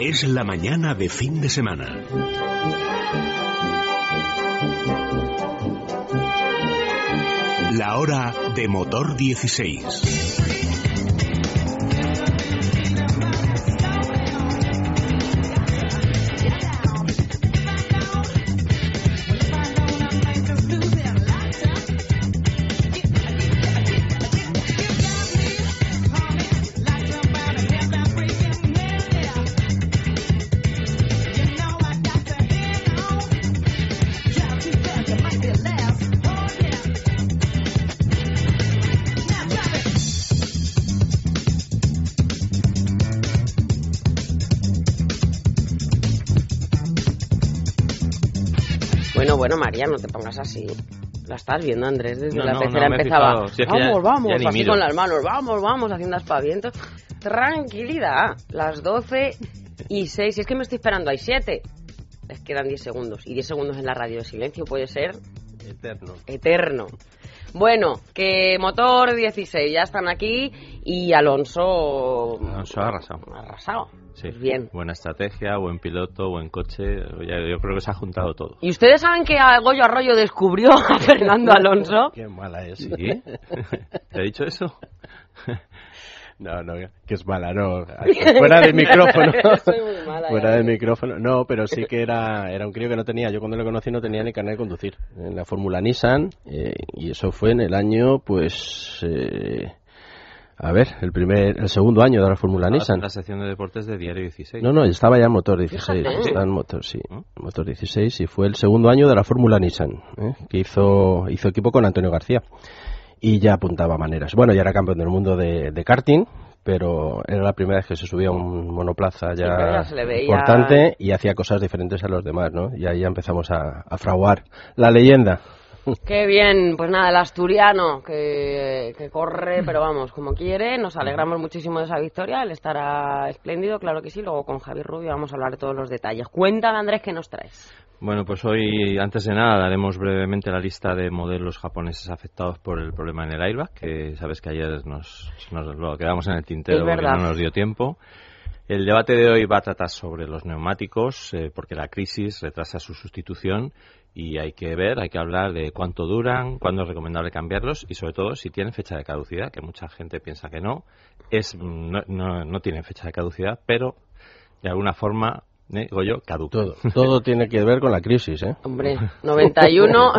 Es la mañana de fin de semana. La hora de Motor 16. Bueno, María, no te pongas así. La estás viendo, Andrés, desde la tercera empezaba. Si es vamos, ya así con las manos, vamos, haciendo aspavientos. Tranquilidad, las 12:06. Si es que me estoy esperando, hay 7. Les quedan 10 segundos. Y 10 segundos en la radio de silencio puede ser... Eterno. Bueno, que Motor 16 ya están aquí y Alonso ha arrasado. Sí. Pues bien. Buena estrategia, buen piloto, buen coche. Yo creo que se ha juntado todo. ¿Y ustedes saben que Goyo Arroyo descubrió a Fernando Alonso? Qué mala es. ¿Sí? ¿Te ha dicho eso? No, que es mala, no. Fuera del micrófono. Soy muy mala, Fuera del micrófono. No, pero sí que era un crío que no tenía. Yo cuando lo conocí no tenía ni carnet de conducir. En la Fórmula Nissan, y eso fue en el año, pues... el segundo año de la Fórmula Nissan. En la sección de deportes de Diario 16. No, estaba ya en Motor 16. Fíjate. Estaba en Motor, sí. Motor 16 y fue el segundo año de la Fórmula Nissan, que hizo equipo con Antonio García. Y ya apuntaba maneras. Bueno, ya era campeón del mundo de karting, pero era la primera vez que se subía a un monoplaza ya se le veía... importante y hacía cosas diferentes a los demás, ¿no? Y ahí ya empezamos a fraguar la leyenda. Qué bien, pues nada, el asturiano que corre, pero vamos, como quiere, nos alegramos muchísimo de esa victoria, él estará espléndido, claro que sí, luego con Javier Rubio vamos a hablar de todos los detalles. Cuéntame, Andrés, ¿qué nos traes? Bueno, pues hoy, antes de nada, daremos brevemente la lista de modelos japoneses afectados por el problema en el airbag, que sabes que ayer nos lo quedamos en el tintero porque no nos dio tiempo. El debate de hoy va a tratar sobre los neumáticos, porque la crisis retrasa su sustitución y hay que hablar de cuánto duran, cuándo es recomendable cambiarlos y sobre todo si tienen fecha de caducidad, que mucha gente piensa que no tienen fecha de caducidad, pero de alguna forma, Goyo, caducan. Todo tiene que ver con la crisis, ¿eh? Hombre, 91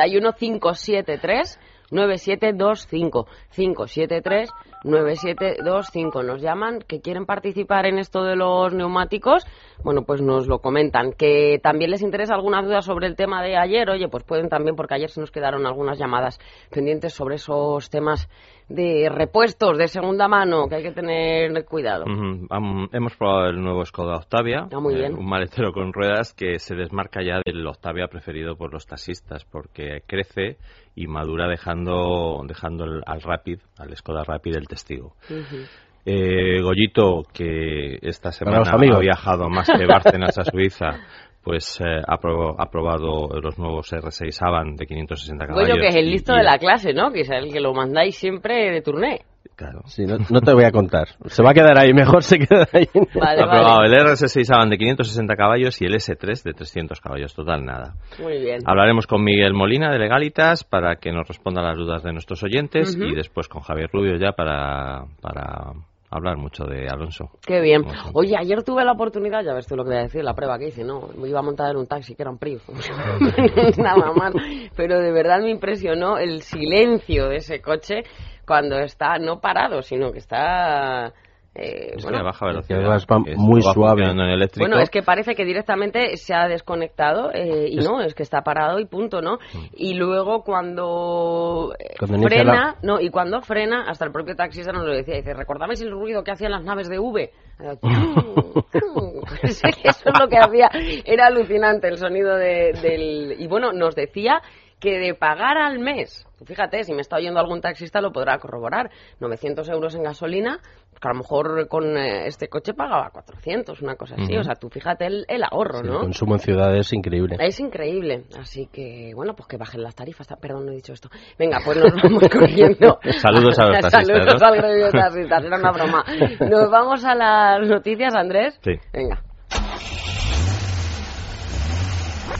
573 9725 573 9725. Nos llaman, que quieren participar en esto de los neumáticos. Bueno, pues nos lo comentan. Que también les interesa alguna duda sobre el tema de ayer. Oye, pues pueden también, porque ayer se nos quedaron algunas llamadas pendientes sobre esos temas de repuestos de segunda mano, que hay que tener cuidado. Hemos probado el nuevo Skoda Octavia, muy bien. Un maletero con ruedas que se desmarca ya del Octavia preferido por los taxistas, porque crece y madura dejando al Skoda Rapid el testigo. Goyito, que esta semana ha viajado más que Bárcenas a Suiza, pues ha probado los nuevos R6 Avant de 560 caballos. Goyo, que es el listo de la clase, ¿no? Que es el que lo mandáis siempre de turné. Claro. Sí, no te voy a contar. Se va a quedar ahí, mejor se queda ahí. Vale, ha probado el RS6 Avant de 560 caballos y el S3 de 300 caballos. Total, nada. Muy bien. Hablaremos con Miguel Molina de Legalitas para que nos responda las dudas de nuestros oyentes y después con Javier Rubio ya para hablar mucho de Alonso. Qué bien. Oye, ayer tuve la oportunidad, ya ves tú lo que voy a decir, la prueba que hice, ¿no? Me iba a montar en un taxi que era un Prius. Nada más. Pero de verdad me impresionó el silencio de ese coche cuando está no parado, sino que está... es que a baja velocidad. Va muy suave. Bueno, es que parece que directamente se ha desconectado no, es que está parado y punto, ¿no? Y luego cuando frena, y cuando frena, hasta el propio taxista nos lo decía, dice, ¿recordabais el ruido que hacían las naves de V? Eso es lo que hacía, era alucinante el sonido del... Y bueno, nos decía que de pagar al mes, fíjate, si me está oyendo algún taxista lo podrá corroborar, 900 euros en gasolina, que a lo mejor con este coche pagaba 400, una cosa así, o sea, tú fíjate el ahorro, ¿no? El consumo en ciudad es increíble. Es increíble, así que, bueno, pues que bajen las tarifas, perdón, no he dicho esto. Venga, pues nos vamos corriendo. Saludos a los taxistas, Saludos al gremio de taxistas, era una broma. Nos vamos a las noticias, Andrés. Sí. Venga.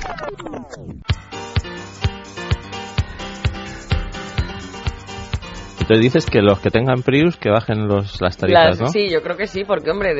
Entonces dices que los que tengan Prius que bajen las tarifas, ¿no? Sí, yo creo que sí, porque hombre,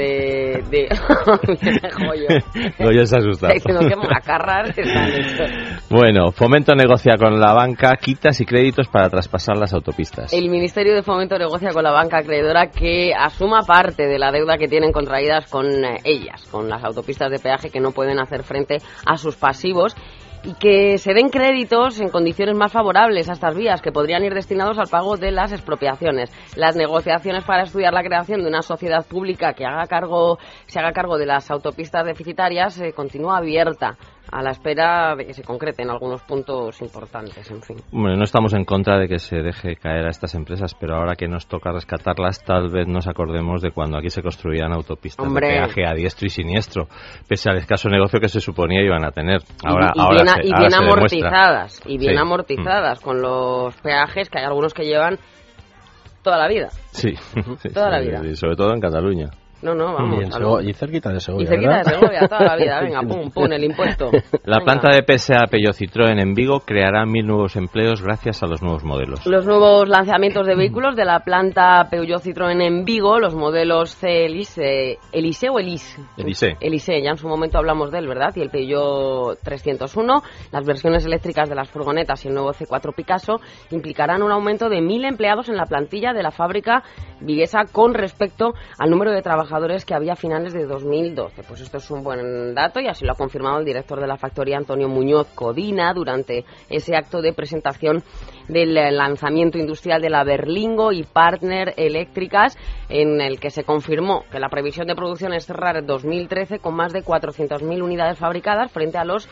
Goyo se asusta. Diciendo que macarras están hechos. Bueno, Fomento negocia con la banca quitas y créditos para traspasar las autopistas. El Ministerio de Fomento negocia con la banca acreedora que asuma parte de la deuda que tienen contraídas con ellas, con las autopistas de peaje que no pueden hacer frente a sus pasivos, y que se den créditos en condiciones más favorables a estas vías, que podrían ir destinados al pago de las expropiaciones. Las negociaciones para estudiar la creación de una sociedad pública que se haga cargo de las autopistas deficitarias continúa abierta, a la espera de que se concreten algunos puntos importantes, en fin. Bueno, no estamos en contra de que se deje caer a estas empresas, pero ahora que nos toca rescatarlas, tal vez nos acordemos de cuando aquí se construían autopistas de peaje a diestro y siniestro, pese al escaso negocio que se suponía iban a tener. Bien amortizadas, con los peajes, que hay algunos que llevan toda la vida. Sí, toda la vida. Y sobre todo en Cataluña. No, vamos. Y cerquita de Segovia. Y cerquita de Segovia, toda la vida. Venga, pum, el impuesto. La planta de PSA Peugeot Citroën en Vigo creará 1.000 nuevos empleos gracias a los nuevos modelos. Los nuevos lanzamientos de vehículos de la planta Peugeot Citroën en Vigo, los modelos C Elise o Elise. Elise, ya en su momento hablamos de él, ¿verdad? Y el Peugeot 301, las versiones eléctricas de las furgonetas y el nuevo C4 Picasso implicarán un aumento de 1.000 empleados en la plantilla de la fábrica viguesa con respecto al número de trabajadores que había a finales de 2012. Pues esto es un buen dato y así lo ha confirmado el director de la factoría, Antonio Muñoz Codina, durante ese acto de presentación del lanzamiento industrial de la Berlingo y Partner Eléctricas, en el que se confirmó que la previsión de producción es cerrar 2013 con más de 400.000 unidades fabricadas frente a las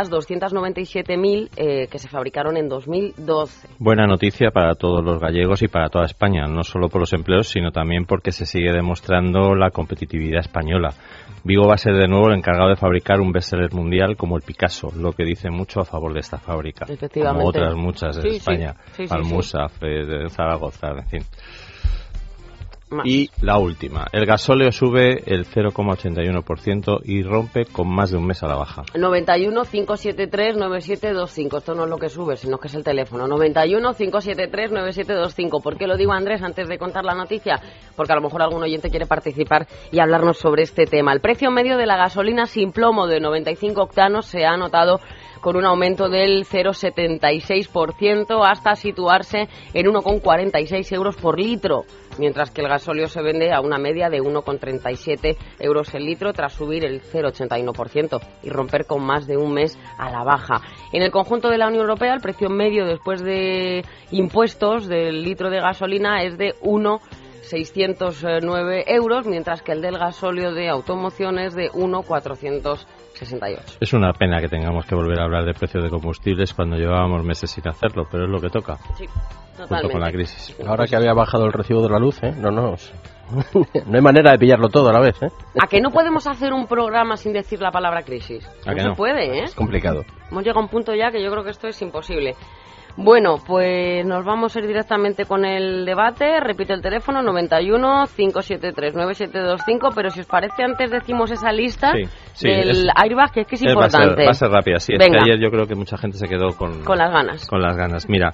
297.000 que se fabricaron en 2012. Buena noticia para todos los gallegos y para toda España, no solo por los empleos, sino también porque se sigue demostrando la competitividad española. Vigo va a ser de nuevo el encargado de fabricar un bestseller mundial como el Picasso, lo que dice mucho a favor de esta fábrica, como otras muchas de España, Almusa, Zaragoza, en fin. Más. Y la última, el gasóleo sube el 0,81% y rompe con más de un mes a la baja. 91 573 9725. Esto no es lo que sube, sino que es el teléfono. 91 573 9725. ¿Por qué lo digo, Andrés, antes de contar la noticia? Porque a lo mejor algún oyente quiere participar y hablarnos sobre este tema. El precio medio de la gasolina sin plomo de 95 octanos se ha anotado con un aumento del 0,76% hasta situarse en 1,46 euros por litro, mientras que el gasóleo se vende a una media de 1,37 euros el litro tras subir el 0,81% y romper con más de un mes a la baja. En el conjunto de la Unión Europea, el precio medio después de impuestos del litro de gasolina es de 1,609 euros, mientras que el del gasóleo de automoción es de 1,468. Es una pena que tengamos que volver a hablar de precios de combustibles cuando llevábamos meses sin hacerlo, pero es lo que toca. Sí, totalmente. Junto con la crisis. Ahora que había bajado el recibo de la luz, no hay manera de pillarlo todo a la vez, ¿A que no podemos hacer un programa sin decir la palabra crisis? No se puede, Es complicado. Hemos llegado a un punto ya que yo creo que esto es imposible. Bueno, pues nos vamos a ir directamente con el debate. Repito el teléfono, 91 573 9725, pero si os parece antes decimos esa lista del airbag, que es importante. Va a ser rápida, sí. Es que ayer yo creo que mucha gente se quedó con las ganas. Con las ganas. Mira,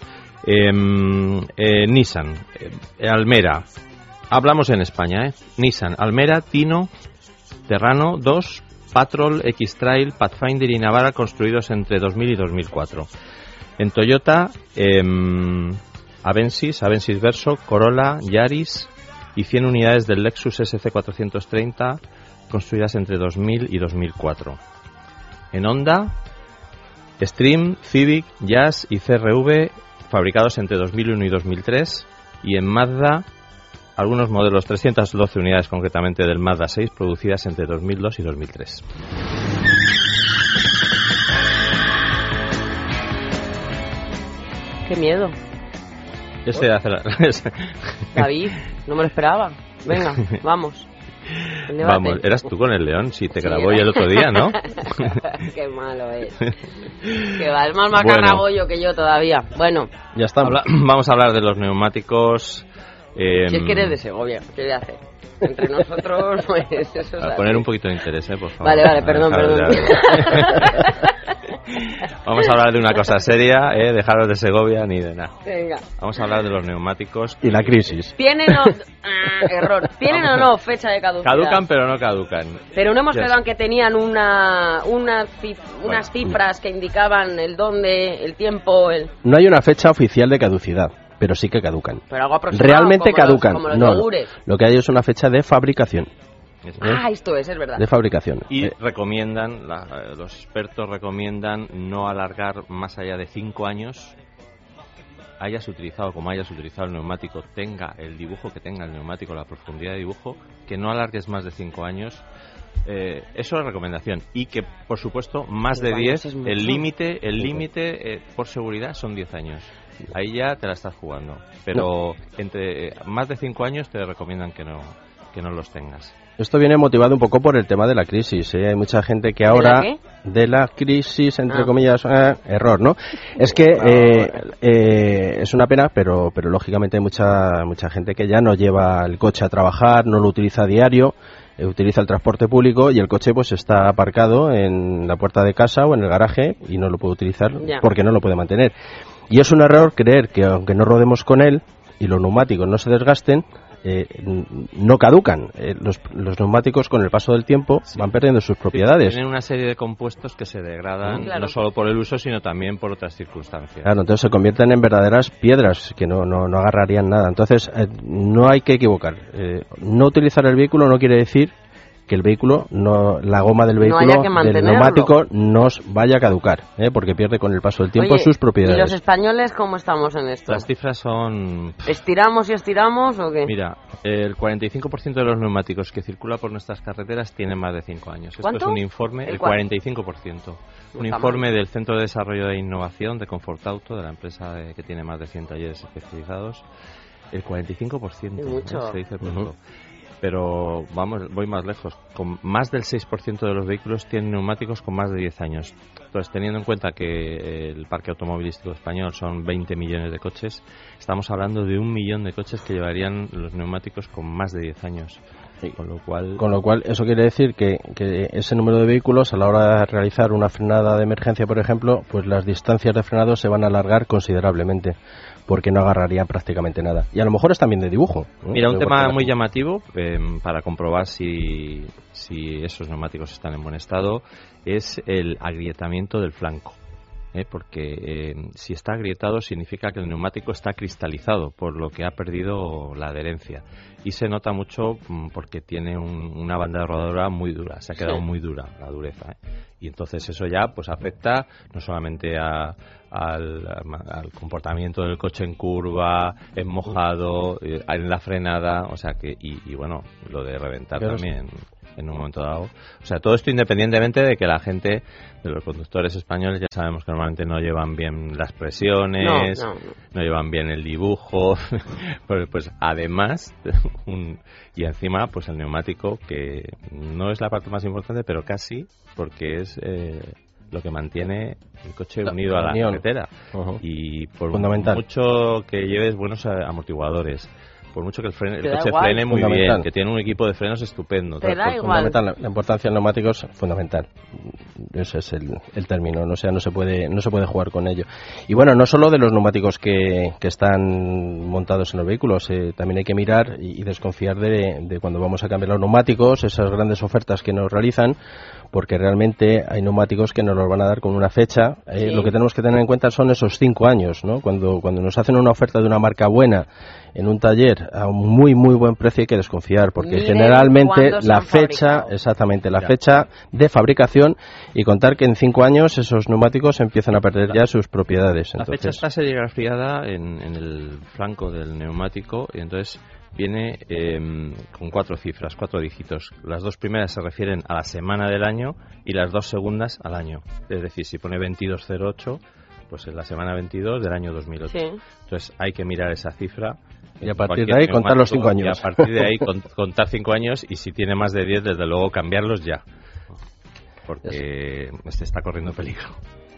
Nissan, Almera, hablamos en España, Nissan, Almera, Tino, Terrano 2, Patrol, X-Trail, Pathfinder y Navara construidos entre 2000 y 2004. En Toyota, Avensis Verso, Corolla, Yaris y 100 unidades del Lexus SC430 construidas entre 2000 y 2004. En Honda, Stream, Civic, Jazz y CR-V fabricados entre 2001 y 2003. Y en Mazda, algunos modelos, 312 unidades concretamente del Mazda 6 producidas entre 2002 y 2003. ¡Qué miedo! David, no me lo esperaba. Venga, vamos. Vamos, eras tú con el león, si te grabó ya el otro día, ¿no? Qué malo es. Que va, es más macarragollo que yo todavía. Bueno, ya está. Vamos a hablar de los neumáticos. Si es que eres de Segovia, ¿qué voy a hacer? Entre nosotros, pues eso es. A poner un poquito de interés, por favor. Vale, perdón. Vamos a hablar de una cosa seria, dejaros de Segovia ni de nada. Venga. Vamos a hablar de los neumáticos. Y la crisis. ¿Tienen error. ¿Tienen o no fecha de caducidad? Caducan, pero no caducan. Pero no hemos quedado en que tenían unas cifras que indicaban el dónde, el tiempo, No hay una fecha oficial de caducidad, pero sí que caducan. Pero algo aproximado. Realmente como caducan. como los no, yogures. lo que hay es una fecha de fabricación. Esto es verdad. De fabricación. Y recomiendan, los expertos recomiendan no alargar más allá de 5 años. Hayas utilizado como hayas utilizado el neumático, tenga el dibujo que tenga el neumático, la profundidad de dibujo, que no alargues más de 5 años. Eso es recomendación. Y que, por supuesto, más de 10, el límite por seguridad son 10 años. Ahí ya te la estás jugando. Pero entre más de 5 años te recomiendan que no los tengas. Esto viene motivado un poco por el tema de la crisis. Hay mucha gente que ahora... ¿De la crisis, entre comillas, error, ¿no? Es que es una pena, pero lógicamente hay mucha gente que ya no lleva el coche a trabajar, no lo utiliza a diario, utiliza el transporte público y el coche pues está aparcado en la puerta de casa o en el garaje y no lo puede utilizar porque no lo puede mantener. Y es un error creer que aunque no rodemos con él y los neumáticos no se desgasten, no caducan. Los neumáticos con el paso del tiempo van perdiendo sus propiedades. Tienen una serie de compuestos que se degradan no solo por el uso sino también por otras circunstancias. Claro, entonces se convierten en verdaderas piedras que no agarrarían nada. Entonces no hay que equivocar. No utilizar el vehículo no quiere decir que el vehículo, la goma del vehículo, del neumático, nos vaya a caducar, porque pierde con el paso del tiempo sus propiedades. ¿Y los españoles cómo estamos en esto? Las cifras son... ¿Estiramos y estiramos o qué? Mira, el 45% de los neumáticos que circula por nuestras carreteras tienen más de 5 años. ¿Cuánto? Esto es un informe, el 45%. Un informe del Centro de Desarrollo e Innovación de Confortauto, de la empresa que tiene más de 100 talleres especializados. El 45%, es mucho. Se dice pronto. Pero voy más lejos. Con más del 6% de los vehículos tienen neumáticos con más de 10 años. Entonces, teniendo en cuenta que el parque automovilístico español son 20 millones de coches, estamos hablando de 1 millón de coches que llevarían los neumáticos con más de 10 años. Con lo cual, eso quiere decir que ese número de vehículos, a la hora de realizar una frenada de emergencia, por ejemplo, pues las distancias de frenado se van a alargar considerablemente, porque no agarrarían prácticamente nada. Y a lo mejor es también de dibujo. Mira, un tema muy llamativo para comprobar si esos neumáticos están en buen estado es el agrietamiento del flanco. Porque si está agrietado significa que el neumático está cristalizado, por lo que ha perdido la adherencia. Y se nota mucho porque tiene una banda de rodadura muy dura, se ha quedado muy dura la dureza. Y entonces eso ya pues afecta no solamente al comportamiento del coche en curva, en mojado, en la frenada, o sea que y bueno, lo de reventar también en un momento dado. O sea, todo esto independientemente de que la gente, de los conductores españoles, ya sabemos que normalmente no llevan bien las presiones, no llevan bien el dibujo, pues además, y encima, pues el neumático, que no es la parte más importante, pero casi, porque es lo que mantiene el coche unido a la carretera. Y por mucho que lleves buenos amortiguadores, por mucho que el coche frene muy bien, que tiene un equipo de frenos estupendo. Fundamental, la importancia del neumático es fundamental. Ese es el término, no se puede jugar con ello. Y bueno, no solo de los neumáticos que están montados en los vehículos, también hay que mirar y desconfiar de cuando vamos a cambiar los neumáticos, esas grandes ofertas que nos realizan, porque realmente hay neumáticos que nos los van a dar con una fecha. Lo que tenemos que tener en cuenta son esos 5 años, ¿no? Cuando nos hacen una oferta de una marca buena en un taller a un muy muy buen precio, hay que desconfiar, porque generalmente la fecha, la fecha de fabricación, y contar que en 5 años esos neumáticos empiezan a perder ya sus propiedades. La fecha está serigrafiada en el flanco del neumático, y entonces viene con 4 cifras, 4 dígitos. Las 2 primeras se refieren a la semana del año y las 2 segundas al año. Es decir, si pone 2208, pues es la semana 22 del año 2008. Sí. Entonces hay que mirar esa cifra. Y a partir de ahí contar los 5 años. Y a partir de ahí contar 5 años, y si tiene más de 10, desde luego cambiarlos ya. Porque está corriendo peligro.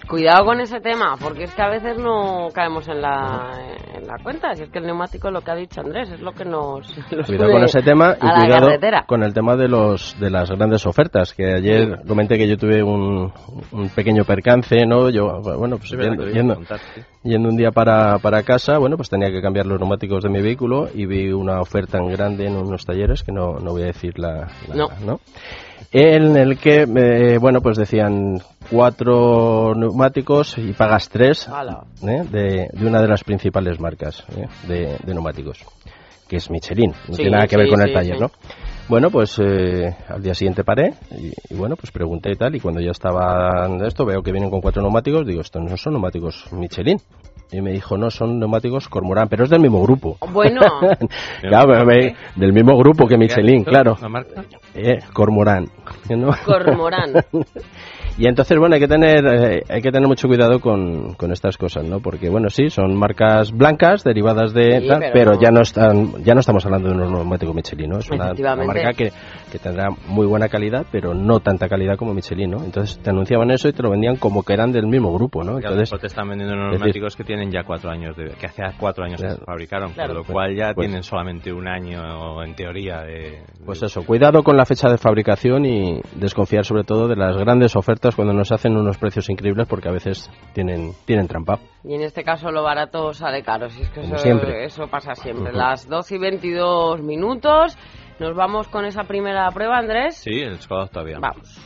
Cuidado con ese tema, porque es que a veces no caemos en la cuenta. Si es que el neumático, lo que ha dicho Andrés, es lo que nos cuidado con ese tema y cuidado carretera. Con el tema de las grandes ofertas, que ayer comenté que yo tuve un pequeño percance, ¿no? Yo, bueno, pues yendo un día para casa, bueno, pues tenía que cambiar los neumáticos de mi vehículo y vi una oferta en grande en unos talleres, que no voy a decir ¿no? En el que, bueno, pues decían 4 neumáticos y pagas 3 de una de las principales marcas de neumáticos, que es Michelin. No tiene nada que ver con el taller, ¿no? Bueno, pues al día siguiente paré y bueno, pues pregunté y tal, y cuando ya estaba de esto, veo que vienen con 4 neumáticos, digo, estos no son neumáticos Michelin. Y me dijo, no, son neumáticos Cormorán, pero es del mismo grupo. Bueno. Claro, del mismo grupo que Michelin, claro. ¿La marca? Cormorán. ¿No? Cormorán. Y entonces, bueno, hay que tener mucho cuidado con estas cosas, ¿no? Porque, bueno, sí, son marcas blancas derivadas de sí, tal, pero ya no estamos hablando de un neumático Michelin, ¿no? Es una marca que tendrá muy buena calidad, pero no tanta calidad como Michelin, ¿no? Entonces te anunciaban eso y te lo vendían como que eran del mismo grupo, ¿no? Entonces te están vendiendo unos neumáticos que tienen ya 4 años, que hace 4 años se fabricaron, por lo cual ya tienen solamente un año, en teoría, Pues eso, cuidado con la fecha de fabricación y desconfiar sobre todo de las grandes ofertas cuando nos hacen unos precios increíbles, porque a veces tienen trampa. Y en este caso lo barato sale caro, si es que eso pasa siempre. Las 12:22 minutos, nos vamos con esa primera prueba, Andrés. Sí, el Skoda Octavia. Vamos.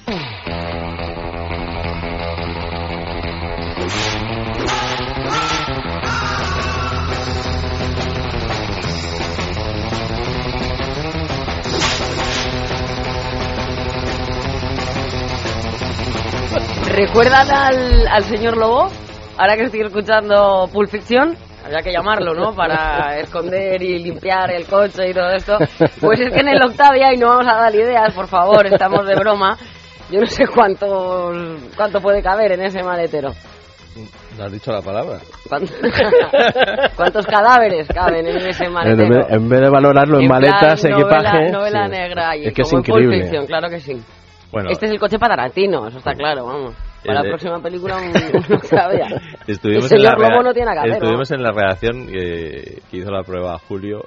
¿Recuerdan al señor Lobo? Ahora que estoy escuchando Pulp Fiction, había que llamarlo, ¿no? Para esconder y limpiar el coche y todo esto. Pues es que en el Octavia, y no vamos a dar ideas, por favor, estamos de broma. Yo no sé cuánto puede caber en ese maletero. ¿No has dicho la palabra? ¿Cuántos cadáveres caben en ese maletero? En vez de valorarlo en maletas, equipaje... Novela negra. Y es que es como increíble. Pulp Fiction, claro que sí. Bueno, este es el coche para Tarantino, eso está claro, vamos. Para la próxima película un Octavia. Estuvimos en la redacción que hizo la prueba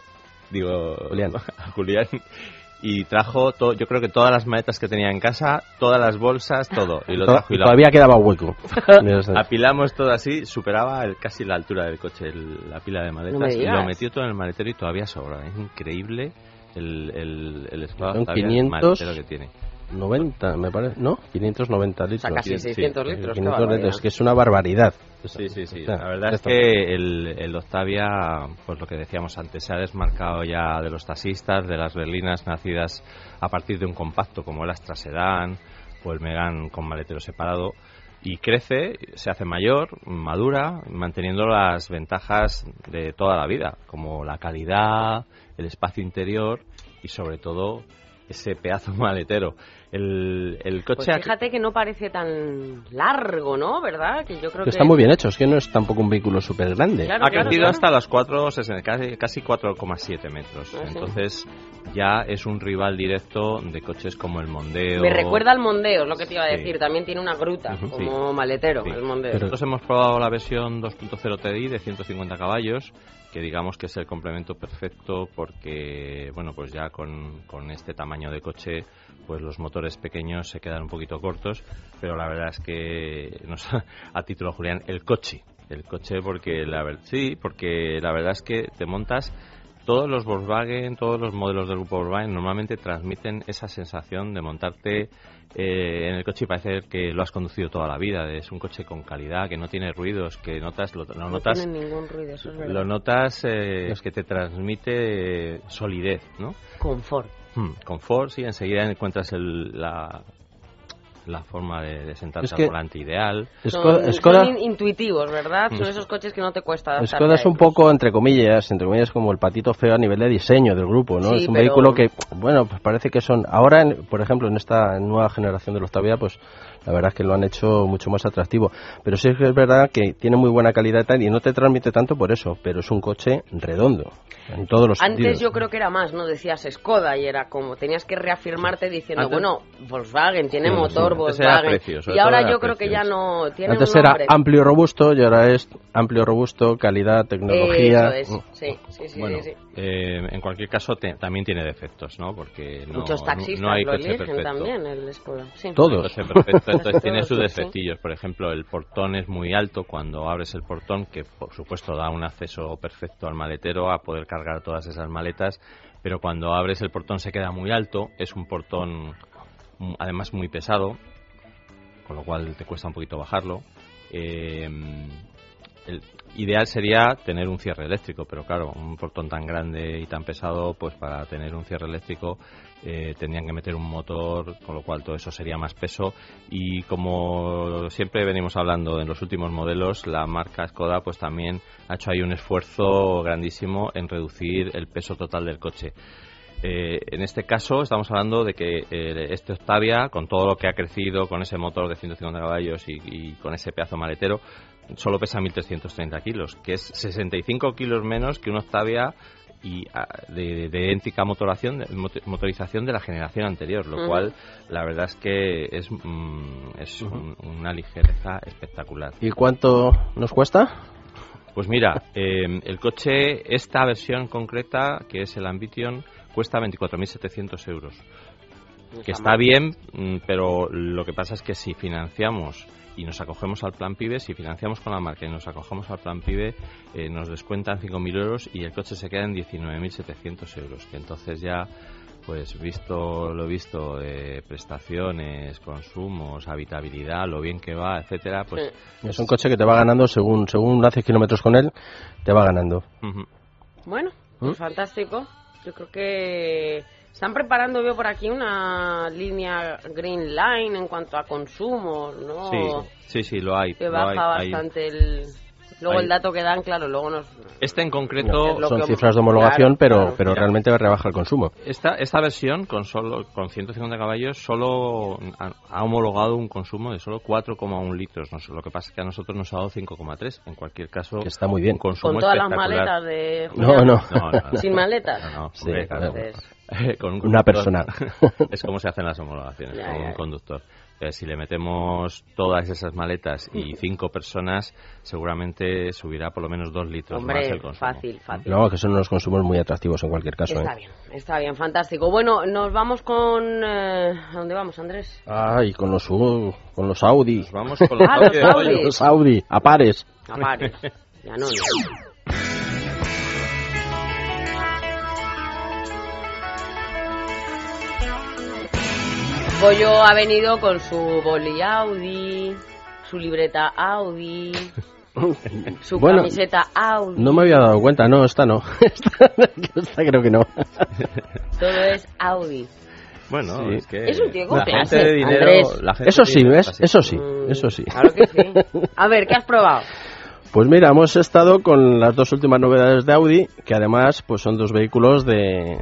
Julián, y trajo todo, yo creo que todas las maletas que tenía en casa, todas las bolsas, todo. Y lo trajo, todavía quedaba hueco. Apilamos todo así, superaba casi la altura del coche, la pila de maletas, y lo metió todo en el maletero y todavía sobra. Es increíble el Skoda Octavia maletero que tiene. 90, me parece, ¿no? 590 litros. O sea, casi 600 litros. 500 litros, que es una barbaridad. Sí. La verdad es que el Octavia, pues lo que decíamos antes, se ha desmarcado ya de los taxistas, de las berlinas nacidas a partir de un compacto como el Astra Sedan o el Megane con maletero separado, y crece, se hace mayor, madura, manteniendo las ventajas de toda la vida, como la calidad, el espacio interior y sobre todo ese pedazo maletero. El coche... Pues fíjate que no parece tan largo, ¿no? ¿Verdad? Que yo creo que está muy bien hecho, es que no es tampoco un vehículo súper grande. Ha crecido hasta los 4,60, casi 4,7 metros. Entonces ya es un rival directo de coches como el Mondeo. Me recuerda al Mondeo, es lo que te iba a decir. También tiene una gruta como maletero, el Mondeo. Nosotros hemos probado la versión 2.0 TDI de 150 caballos, que digamos que es el complemento perfecto porque, bueno, pues ya con este tamaño de coche, pues los motores pequeños se quedan un poquito cortos, pero la verdad es que, a título Julián, el coche porque la verdad es que te montas. Todos los Volkswagen, todos los modelos del grupo Volkswagen normalmente transmiten esa sensación de montarte en el coche y parece que lo has conducido toda la vida. Es un coche con calidad, que no tiene ruidos, que no notas tiene ningún ruido, eso es verdad. Lo notas, es que te transmite solidez, ¿no? Confort. Confort, sí, enseguida encuentras la forma de sentarte al volante ideal. Son intuitivos, ¿verdad? Son esos coches que no te cuesta adaptarte. Skoda es un poco, entre comillas, como el patito feo a nivel de diseño del grupo, ¿no? Sí, es un vehículo que, bueno, pues parece que son... Ahora, por ejemplo, en esta nueva generación del Octavia, pues la verdad es que lo han hecho mucho más atractivo. Pero sí que es verdad que tiene muy buena calidad y no te transmite tanto por eso, pero es un coche redondo en todos los sentidos. Antes yo creo que era más, ¿no? Decías Skoda y era como tenías que reafirmarte diciendo, bueno, Volkswagen tiene motor por Volkswagen. Y ahora yo creo que ya no tiene antes un nombre. Era amplio robusto y ahora es amplio robusto, calidad, tecnología. Eso es. Sí. Bueno, en cualquier caso también tiene defectos, ¿no? Porque muchos taxistas no hay lo coche eligen perfecto. También el Skoda. Sí. Todos. Entonces tiene sus defectillos. Por ejemplo, el portón es muy alto. Cuando abres el portón, que por supuesto da un acceso perfecto al maletero a poder cargar todas esas maletas, pero cuando abres el portón se queda muy alto. Es un portón además muy pesado, con lo cual te cuesta un poquito bajarlo. El ideal sería tener un cierre eléctrico, pero claro, un portón tan grande y tan pesado, pues para tener un cierre eléctrico tendrían que meter un motor, con lo cual todo eso sería más peso. Y como siempre venimos hablando en los últimos modelos, la marca Skoda pues también ha hecho ahí un esfuerzo grandísimo en reducir el peso total del coche. En este caso estamos hablando de que este Octavia, con todo lo que ha crecido, con ese motor de 150 caballos y con ese pedazo maletero, solo pesa 1.330 kilos, que es 65 kilos menos que un Octavia y de idéntica motorización de la generación anterior, lo cual la verdad es que es una ligereza espectacular. ¿Y cuánto nos cuesta? Pues mira, el coche, esta versión concreta, que es el Ambition, cuesta 24.700 euros. Que está bien, pero lo que pasa es que si financiamos y nos acogemos al plan PIBE, si financiamos con la marca y nos acogemos al plan PIBE, nos descuentan 5.000 euros y el coche se queda en 19.700 euros. Que entonces ya, pues visto lo visto, prestaciones, consumos, habitabilidad, lo bien que va, etcétera, pues es un coche que te va ganando según haces kilómetros con él, te va ganando. Bueno, pues fantástico. Yo creo que están preparando, veo por aquí, una línea Green Line en cuanto a consumo, ¿no? Sí, lo hay. Que baja bastante Luego el dato que dan, claro, luego nos... Este en concreto... son cifras de homologación, claro, pero realmente rebaja el consumo. Esta versión, con 150 caballos, solo ha homologado un consumo de solo 4,1 litros. Lo que pasa es que a nosotros nos ha dado 5,3. En cualquier caso... Que está muy bien. Con todas las maletas de... No. ¿Sin maletas? No. Sí, hombre, claro. Con una persona. Es como se hacen las homologaciones, con un conductor. Si le metemos todas esas maletas y 5 personas, seguramente subirá por lo menos 2 litros más el consumo. Fácil. No, que son unos consumos muy atractivos en cualquier caso. Está bien, fantástico. Bueno, nos vamos con... ¿A dónde vamos, Andrés? Y con los Audi. Nos vamos con los Audi. Los Audi, a pares. Ya no. Pollo ha venido con su boli Audi, su libreta Audi, su camiseta Audi. No me había dado cuenta, no, esta no. Esta creo que no. Todo es Audi. Bueno, sí. Es que es un tío con la clase, gente de dinero, Andrés. La gente eso sí, ¿ves? Así. Eso sí. Claro que sí. A ver, ¿qué has probado? Pues mira, hemos estado con las dos últimas novedades de Audi, que además pues son dos vehículos de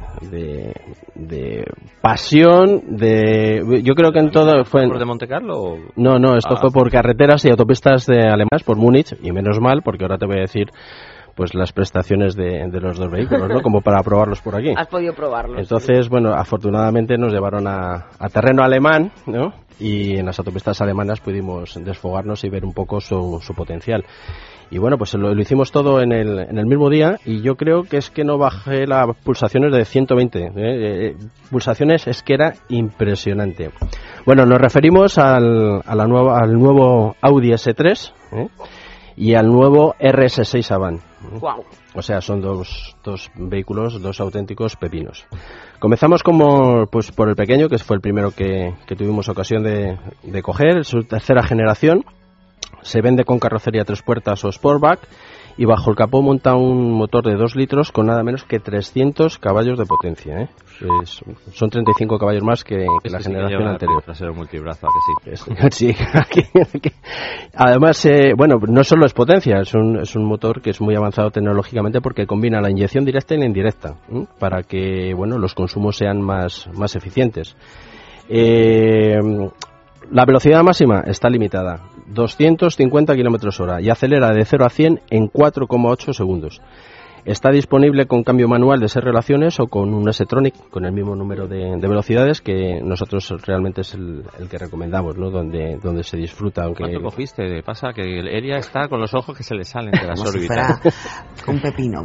pasión, yo creo que en todo fue... ¿Por de Monte Carlo? No, esto fue por carreteras y autopistas de alemanas, por Múnich, y menos mal, porque ahora te voy a decir pues las prestaciones de los dos vehículos, ¿no? Como para probarlos por aquí. Has podido probarlos. Entonces, bueno, afortunadamente nos llevaron a terreno alemán, ¿no? Y en las autopistas alemanas pudimos desfogarnos y ver un poco su potencial. Y bueno, pues lo hicimos todo en el mismo día, y yo creo que es que no bajé las pulsaciones de 120. Pulsaciones es que era impresionante. Bueno, nos referimos al nuevo Audi S3 y al nuevo RS6 Avant. Wow. O sea, son dos vehículos, dos auténticos pepinos. Comenzamos por el pequeño, que fue el primero que tuvimos ocasión de coger, su tercera generación. Se vende con carrocería 3 puertas o Sportback, y bajo el capó monta un motor de 2 litros con nada menos que 300 caballos de potencia. Son 35 caballos más que la generación anterior. Trasero multibrazo, ¿a que sí? Sí. Además, bueno, no solo es potencia, es un motor que es muy avanzado tecnológicamente, porque combina la inyección directa y la indirecta, para que, bueno, los consumos sean más eficientes. La velocidad máxima está limitada, 250 km/h, y acelera de 0 a 100 en 4,8 segundos. Está disponible con cambio manual de 6 relaciones o con un S-Tronic, con el mismo número de velocidades, que nosotros realmente es el que recomendamos, ¿no? Donde se disfruta. Aunque ¿Cuánto cogiste? Pasa que Elia está con los ojos que se le salen de las órbitas. Si fuera un pepino.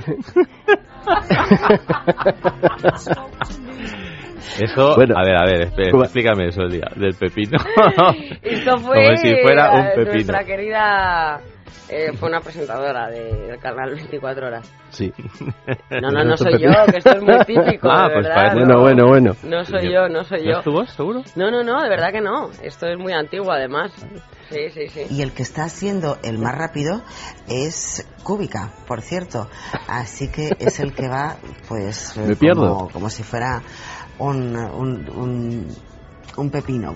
Eso, bueno, a ver, explícame eso del pepino. Esto fue como si fuera un pepino. Nuestra querida... fue una presentadora del canal 24 horas. Sí. No soy yo, que esto es muy típico, de pues verdad. Bueno. No soy yo. ¿No es tu voz, seguro? No, de verdad que no. Esto es muy antiguo, además. Sí. Y el que está siendo el más rápido es Kubica, por cierto. Así que es el que va, pues... Me pierdo. Como si fuera un pepino.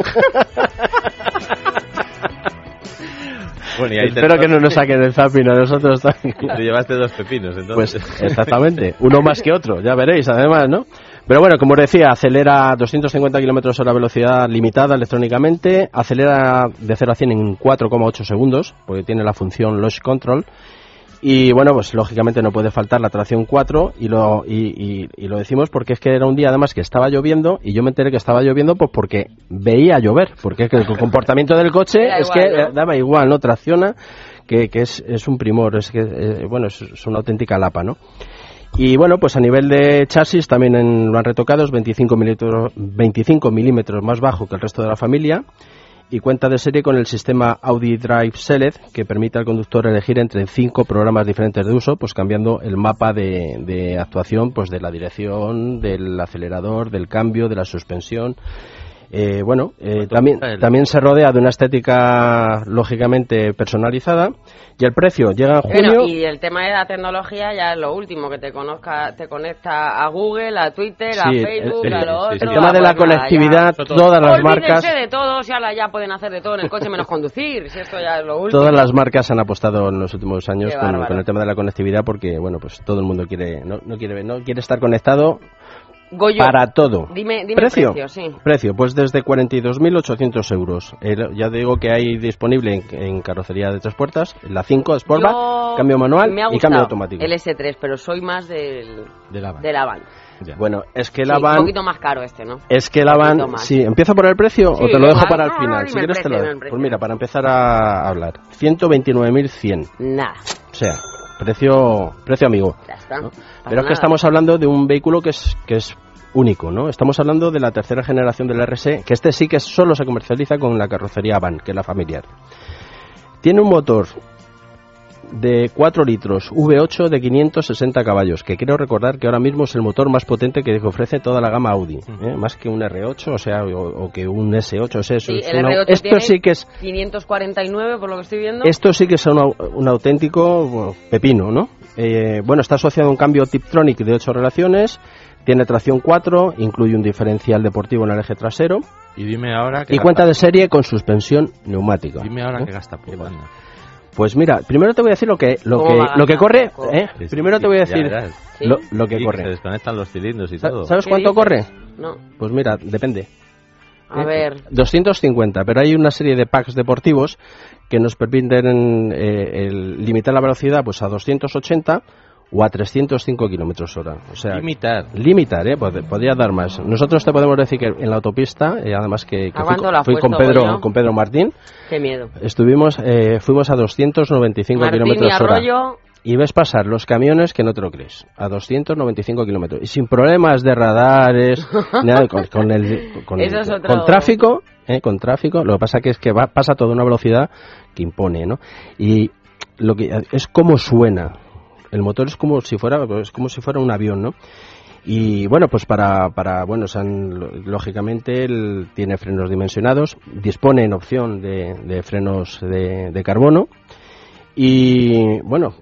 Bueno, y ahí espero que no nos saquen el zapping a nosotros también. Te llevaste 2 pepinos, entonces. Pues exactamente, uno más que otro, ya veréis además, ¿no? Pero bueno, como os decía, acelera 250 km a velocidad limitada electrónicamente, acelera de 0 a 100 en 4,8 segundos, porque tiene la función Launch Control. Y bueno, pues lógicamente no puede faltar la tracción 4 y lo decimos porque es que era un día además que estaba lloviendo y yo me enteré que estaba lloviendo pues porque veía llover, porque es que el comportamiento del coche es igual, que ¿no? Daba igual, ¿no? Tracciona, que es un primor, es que bueno, es una auténtica lapa, ¿no? Y bueno, pues a nivel de chasis también lo han retocado, es 25 milímetros más bajo que el resto de la familia. Y cuenta de serie con el sistema Audi Drive Select, que permite al conductor elegir entre 5 programas diferentes de uso, pues cambiando el mapa de actuación, pues de la dirección, del acelerador, del cambio, de la suspensión. También se rodea de una estética lógicamente personalizada. Y el precio llega en junio. Bueno, y el tema de la tecnología ya es lo último, que te conecta a Google, a Twitter, a Facebook, a lo otro. El tema de la conectividad, todas las marcas... de todo, si ahora ya pueden hacer de todo en el coche menos conducir, si esto ya es lo último. Todas las marcas han apostado en los últimos años con el tema de la conectividad, porque bueno, pues todo el mundo no quiere estar conectado. Goyo, para todo. Dime precio, sí. Precio, pues desde 42.800 euros. Ya digo que hay disponible en carrocería de 3 puertas, la 5 Sportback, cambio manual y cambio automático. El S3, pero soy más de la Van. Ya. Bueno, es que la Van... un poquito más caro ¿no? Es que la Van... Sí, ¿empiezo por el precio o te lo dejo para el final? Si quieres te lo dejo. Pues mira, para empezar a hablar. 129.100. Nada. O sea... Precio amigo. Ya está. ¿No? Pero es que estamos hablando de un vehículo que es único, ¿no? Estamos hablando de la tercera generación del RS, que sí que solo se comercializa con la carrocería Van, que es la familiar. Tiene un motor de 4 litros V8 de 560 caballos, que quiero recordar que ahora mismo es el motor más potente que ofrece toda la gama Audi, más que un R8, o sea, o que un S8, o sea, esto sí que es 549 por lo que estoy viendo. Esto sí que es un auténtico pepino, ¿no? Está asociado a un cambio Tiptronic de 8 relaciones, tiene tracción 4, incluye un diferencial deportivo en el eje trasero. Y dime ahora y cuenta de serie con suspensión neumática. Dime ahora que gasta poco. Pues mira, primero te voy a decir lo que corre, primero te voy a decir lo que corre. Se desconectan los cilindros y todo. ¿Sabes cuánto corre? No. Pues mira, depende. A ver. 250, pero hay una serie de packs deportivos que nos permiten limitar la velocidad pues a 280 o a 305 kilómetros hora. O sea, limitar, podría dar más. Nosotros te podemos decir que en la autopista, además que fui con Pedro Martín. Qué miedo. Fuimos a 295 kilómetros hora. Y ves pasar los camiones que no te lo crees, a 295 kilómetros. Y sin problemas de radares, nada, con tráfico, con tráfico. Lo que pasa es que pasa a toda una velocidad que impone, ¿no? Y lo que es como suena. El motor es como si fuera un avión, ¿no? Y bueno, pues lógicamente tiene frenos dimensionados, dispone en opción de frenos de carbono y bueno,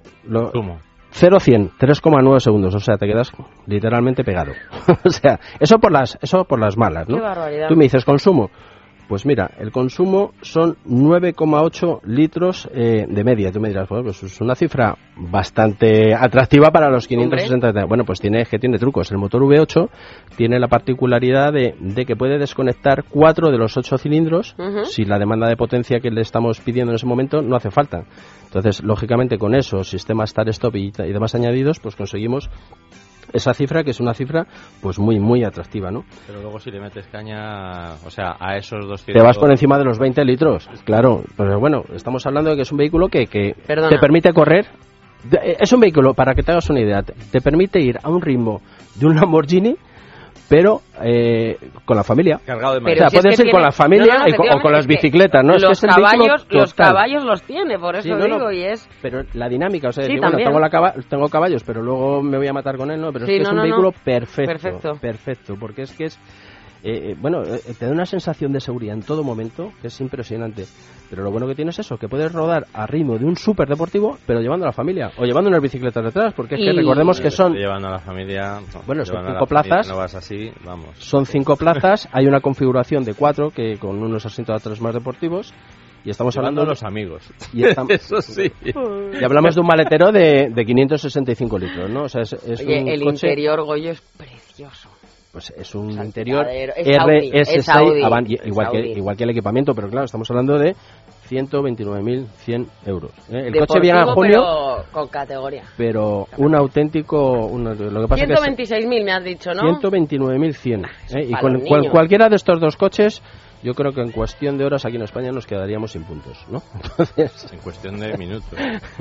0-100, 3,9 segundos, o sea, te quedas literalmente pegado. O sea, eso por las malas, ¿no? Qué barbaridad. Tú me dices consumo. Pues mira, el consumo son 9,8 litros de media. Tú me dirás, bueno, pues es una cifra bastante atractiva para los 560. ¡Hombre! Bueno, pues tiene trucos. El motor V8 tiene la particularidad de que puede desconectar 4 de los 8 cilindros si la demanda de potencia que le estamos pidiendo en ese momento no hace falta. Entonces, lógicamente, con eso, sistemas start-stop y demás añadidos, pues conseguimos esa cifra, que es una cifra pues muy muy atractiva, ¿no? Pero luego si le metes caña, o sea, a esos 200... Te vas por encima de los 20 litros, claro. Pero bueno, estamos hablando de que es un vehículo que te permite correr. Es un vehículo, para que te hagas una idea, te permite ir a un ritmo de un Lamborghini, pero con la familia. Cargado de maíz. O sea, puedes ir con la familia o con las bicicletas, ¿no? Los caballos los tiene, por eso digo, y es... Pero la dinámica, o sea, decir, bueno, tengo caballos, pero luego me voy a matar con él, ¿no? Pero es que es un vehículo perfecto, porque es que es... te da una sensación de seguridad en todo momento que es impresionante. Pero lo bueno que tiene es eso, que puedes rodar a ritmo de un súper deportivo, pero llevando a la familia, o llevando unas bicicletas detrás, porque es que recordemos que son... Llevando a la familia... Bueno, son 5 plazas. No vas así, vamos. Son 5 plazas, hay una configuración de 4, que con unos asientos atrás más deportivos, y estamos hablando de los amigos. Eso sí. Y hablamos de un maletero de 565 litros, ¿no? O sea, es Oye, un el coche... interior, Goyo, es precioso. Pues es un interior RS6, igual que el equipamiento, pero claro, estamos hablando de 129.100 euros. El coche viene en junio, pero con categoría. Pero un auténtico... lo que pasa 126.000 me has dicho, ¿no? 129.100. Y con cualquiera de estos dos coches, yo creo que en cuestión de horas aquí en España nos quedaríamos sin puntos, ¿no? Entonces... En cuestión de minutos.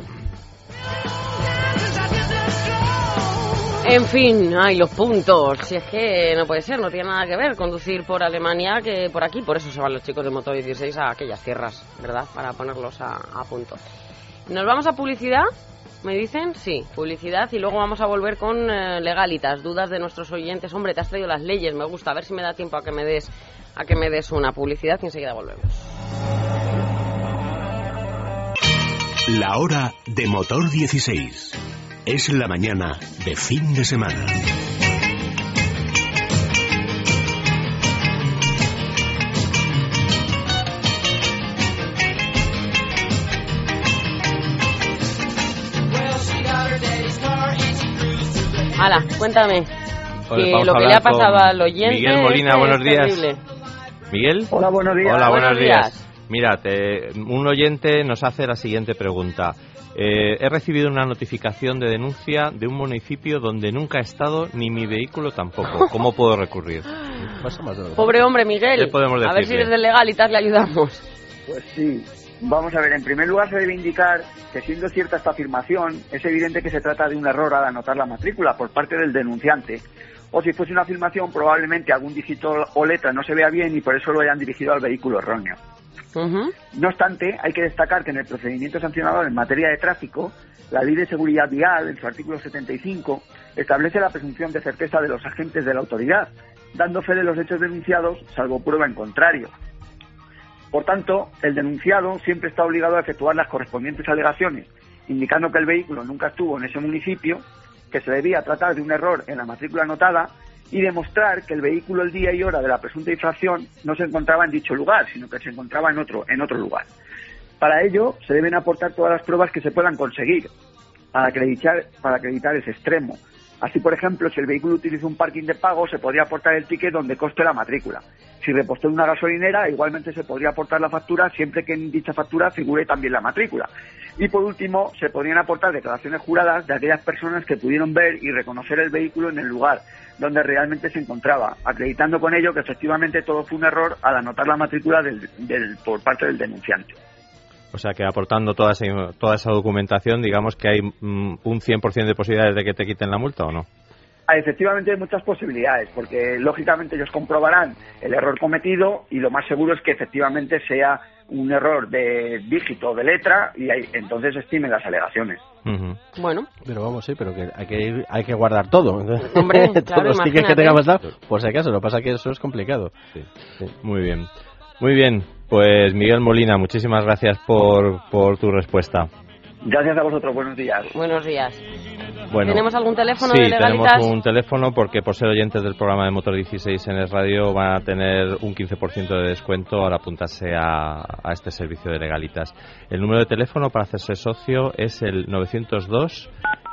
En fin, los puntos. Si es que no puede ser, no tiene nada que ver conducir por Alemania que por aquí. Por eso se van los chicos de Motor 16 a aquellas tierras, ¿verdad? Para ponerlos a punto. ¿Nos vamos a publicidad? ¿Me dicen? Sí, publicidad. Y luego vamos a volver con legalitas, dudas de nuestros oyentes. Hombre, te has traído las leyes, me gusta. A ver si me da tiempo a que me des una publicidad y enseguida volvemos. La hora de Motor 16. Es la mañana de fin de semana. Hala, cuéntame. Lo que le ha pasado al oyente. Miguel Molina, buenos días. Terrible. ¿Miguel? Hola, buenos días. Hola, buenos días. Mira, un oyente nos hace la siguiente pregunta. He recibido una notificación de denuncia de un municipio donde nunca he estado, ni mi vehículo tampoco. ¿Cómo puedo recurrir? Pobre hombre, Miguel. ¿Qué podemos decirle? A ver si desde Legalitas le ayudamos. Pues sí. Vamos a ver, en primer lugar se debe indicar que, siendo cierta esta afirmación, es evidente que se trata de un error al anotar la matrícula por parte del denunciante. O si fuese una afirmación, probablemente algún dígito o letra no se vea bien y por eso lo hayan dirigido al vehículo erróneo. No obstante, hay que destacar que en el procedimiento sancionador en materia de tráfico, la Ley de Seguridad Vial, en su artículo 75, establece la presunción de certeza de los agentes de la autoridad, dando fe de los hechos denunciados, salvo prueba en contrario. Por tanto, el denunciado siempre está obligado a efectuar las correspondientes alegaciones, indicando que el vehículo nunca estuvo en ese municipio, que se debía tratar de un error en la matrícula anotada, y demostrar que el vehículo, el día y hora de la presunta infracción, no se encontraba en dicho lugar, sino que se encontraba en otro lugar. Para ello, se deben aportar todas las pruebas que se puedan conseguir para acreditar ese extremo. Así, por ejemplo, si el vehículo utiliza un parking de pago, se podría aportar el ticket donde conste la matrícula. Si repostó en una gasolinera, igualmente se podría aportar la factura, siempre que en dicha factura figure también la matrícula. Y por último, se podrían aportar declaraciones juradas de aquellas personas que pudieron ver y reconocer el vehículo en el lugar donde realmente se encontraba, acreditando con ello que efectivamente todo fue un error al anotar la matrícula por parte del denunciante. O sea que aportando toda esa documentación, digamos que hay un 100% de posibilidades de que te quiten la multa, ¿o no? Efectivamente hay muchas posibilidades, porque lógicamente ellos comprobarán el error cometido y lo más seguro es que efectivamente sea un error de dígito o de letra y entonces estimen las alegaciones. Bueno. Pero vamos, sí, pero que hay que guardar todo. Hombre, claro, todos los tickets que tengamos dado, por si acaso, lo que pasa es que eso es complicado. Sí. Muy bien. Muy bien, pues Miguel Molina, muchísimas gracias por tu respuesta. Gracias a vosotros, buenos días. Buenos días. Bueno, ¿tenemos algún teléfono sí, de legalitas? Tenemos un teléfono porque por ser oyentes del programa de Motor 16 en el radio van a tener un 15% de descuento al apuntarse a este servicio de legalitas. El número de teléfono para hacerse socio es el 902